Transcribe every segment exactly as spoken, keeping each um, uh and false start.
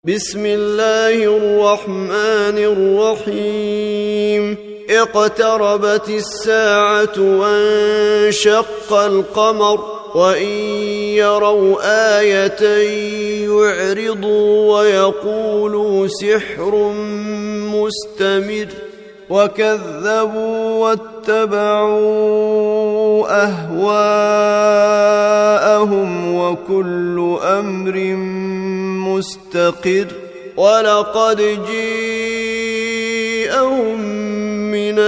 بسم الله الرحمن الرحيم اقتربت الساعة وانشق القمر وإن يروا آية يعرضوا ويقولوا سحر مستمر وكذبوا واتبعوا أهواءهم وكل أمر مستقر ولقد جيءهم من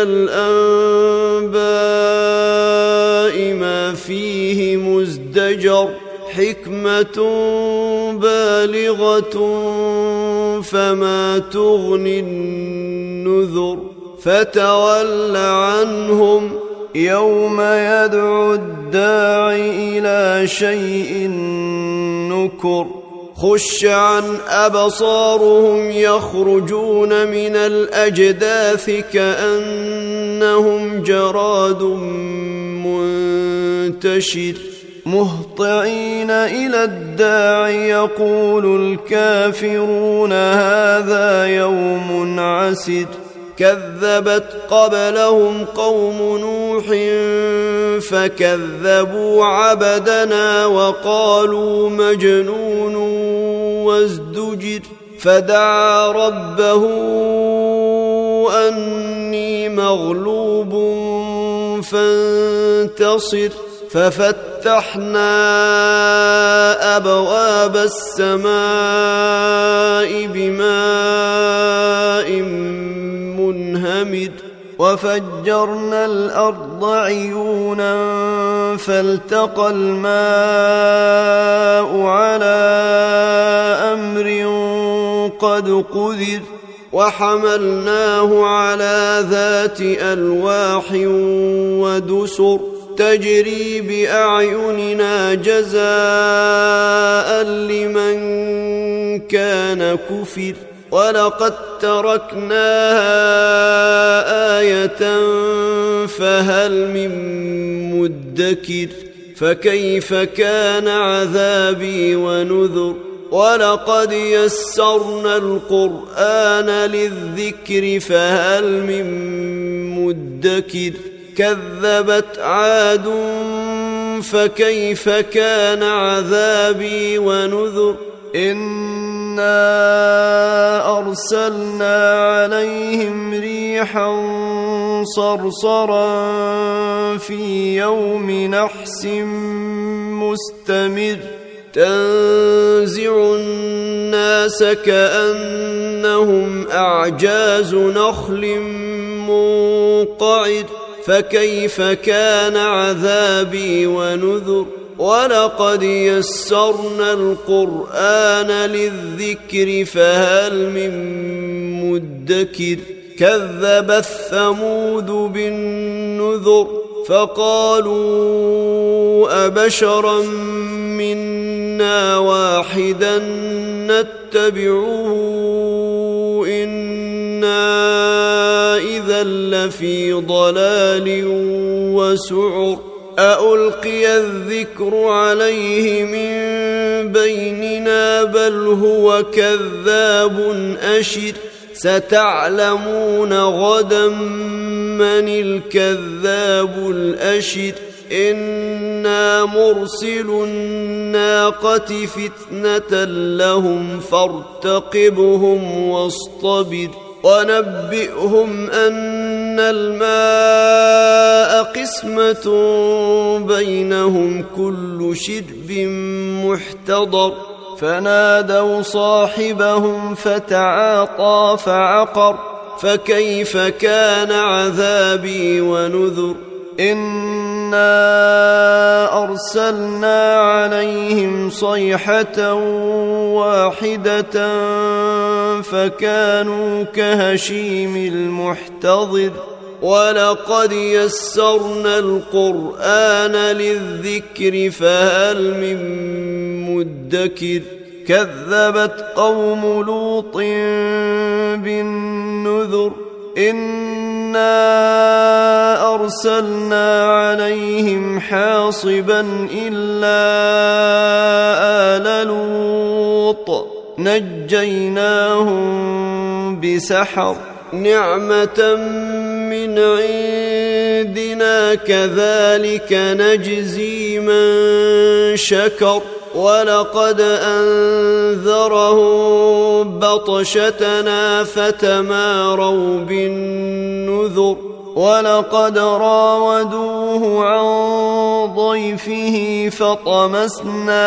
الأنباء ما فيه مزدجر حكمة بالغة فما تغني النذر فتول عنهم يوم يدعو الداع إلى شيء نكر خش عن أبصارهم يخرجون من الأجداث كأنهم جراد منتشر مهطعين إلى الداع يقول الكافرون هذا يوم عسر كذبت قبلهم قوم نوح فكذبوا عبدنا وقالوا مجنون وازدجر فدعا ربه أني مغلوب فانتصر ففتحنا أبواب السماء بماء منهمر وفجرنا الأرض عيونا فالتقى الماء على أمر قد قدر وحملناه على ذات ألواح ودسر تجري بأعيننا جزاء لمن كان كفر ولقد تركناها آية فهل من مدكر فكيف كان عذابي ونذر ولقد يسرنا القرآن للذكر فهل من مدكر كذبت عاد فكيف كان عذابي ونذر إنا أرسلنا عليهم ريحا صرصرا في يوم نحس مستمر تنزع الناس كأنهم أعجاز نخل منقعر فكيف كان عذابي ونذر ولقد يسرنا القرآن للذكر فهل من مدكر كذبت ثمود بالنذر فقالوا أبشرا منا واحدا نتبعه إنا إذا لفي ضلال وسعر أألقي الذكر عليه من بيننا بل هو كذاب أشر ستعلمون غدا من الكذاب الأشر إنا مرسل الناقة فتنة لهم فارتقبهم واصطبر ونبئهم أن الماء قسمة بينهم كل شرب محتضر فنادوا صاحبهم فتعاطى فعقر فكيف كان عذابي ونذر إنا أرسلنا عليهم صيحة واحدة فكانوا كهشيم المحتضر ولقد يسرنا القرآن للذكر فهل من مدكر كذبت قوم لوط بالنذر إنا أرسلنا عليهم حاصبا إلا آل لوط نجيناهم بسحر نعمة من عندنا كذلك نجزي من شكر ولقد أنذرهم بطشتنا فتماروا بالنذر ولقد راودوه عن ضيفه فطمسنا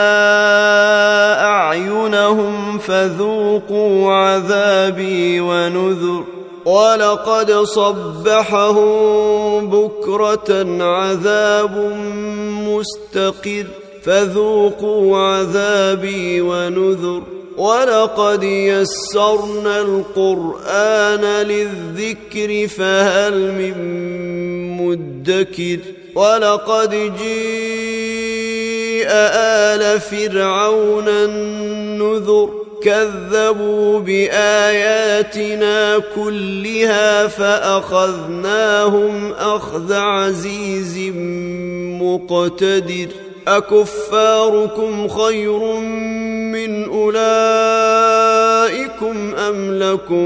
أعينهم فذوقوا عذابي ونذر ولقد صبحهم بكرة عذاب مستقر فذوقوا عذابي ونذر ولقد يسرنا القرآن للذكر فهل من مدكر ولقد جيء آل فرعون النذر كذبوا بآياتنا كلها فأخذناهم أخذ عزيز مقتدر أكفاركم خير من أولئكم أم لكم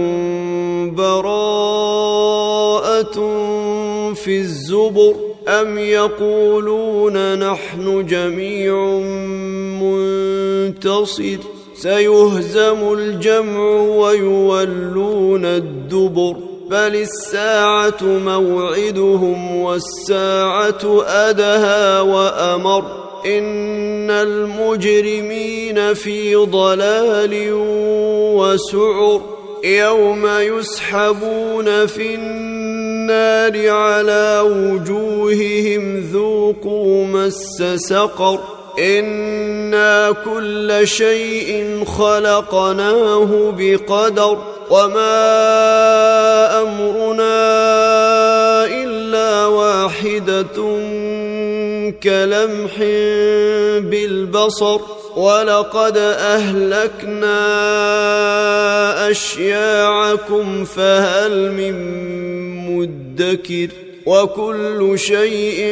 براءة في الزبر أم يقولون نحن جميع منتصر سيهزم الجمع ويولون الدبر بل الساعة موعدهم والساعة أدهى وأمر إن المجرمين في ضلال وسعر يوم يسحبون في النار على وجوههم ذوقوا مس سقر إنا كل شيء خلقناه بقدر وما أمرنا إلا واحدة كلمح بالبصر ولقد أهلكنا أشياعكم فهل من مدكر وكل شيء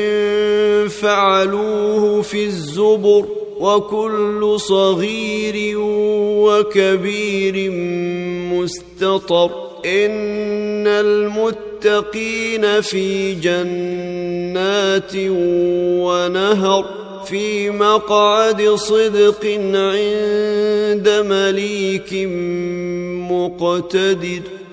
فعلوه في الزبر وكل صغير وكبير مستطر إن المتقين في جنات ونهر في مقعد صدق عند مليك مقتدر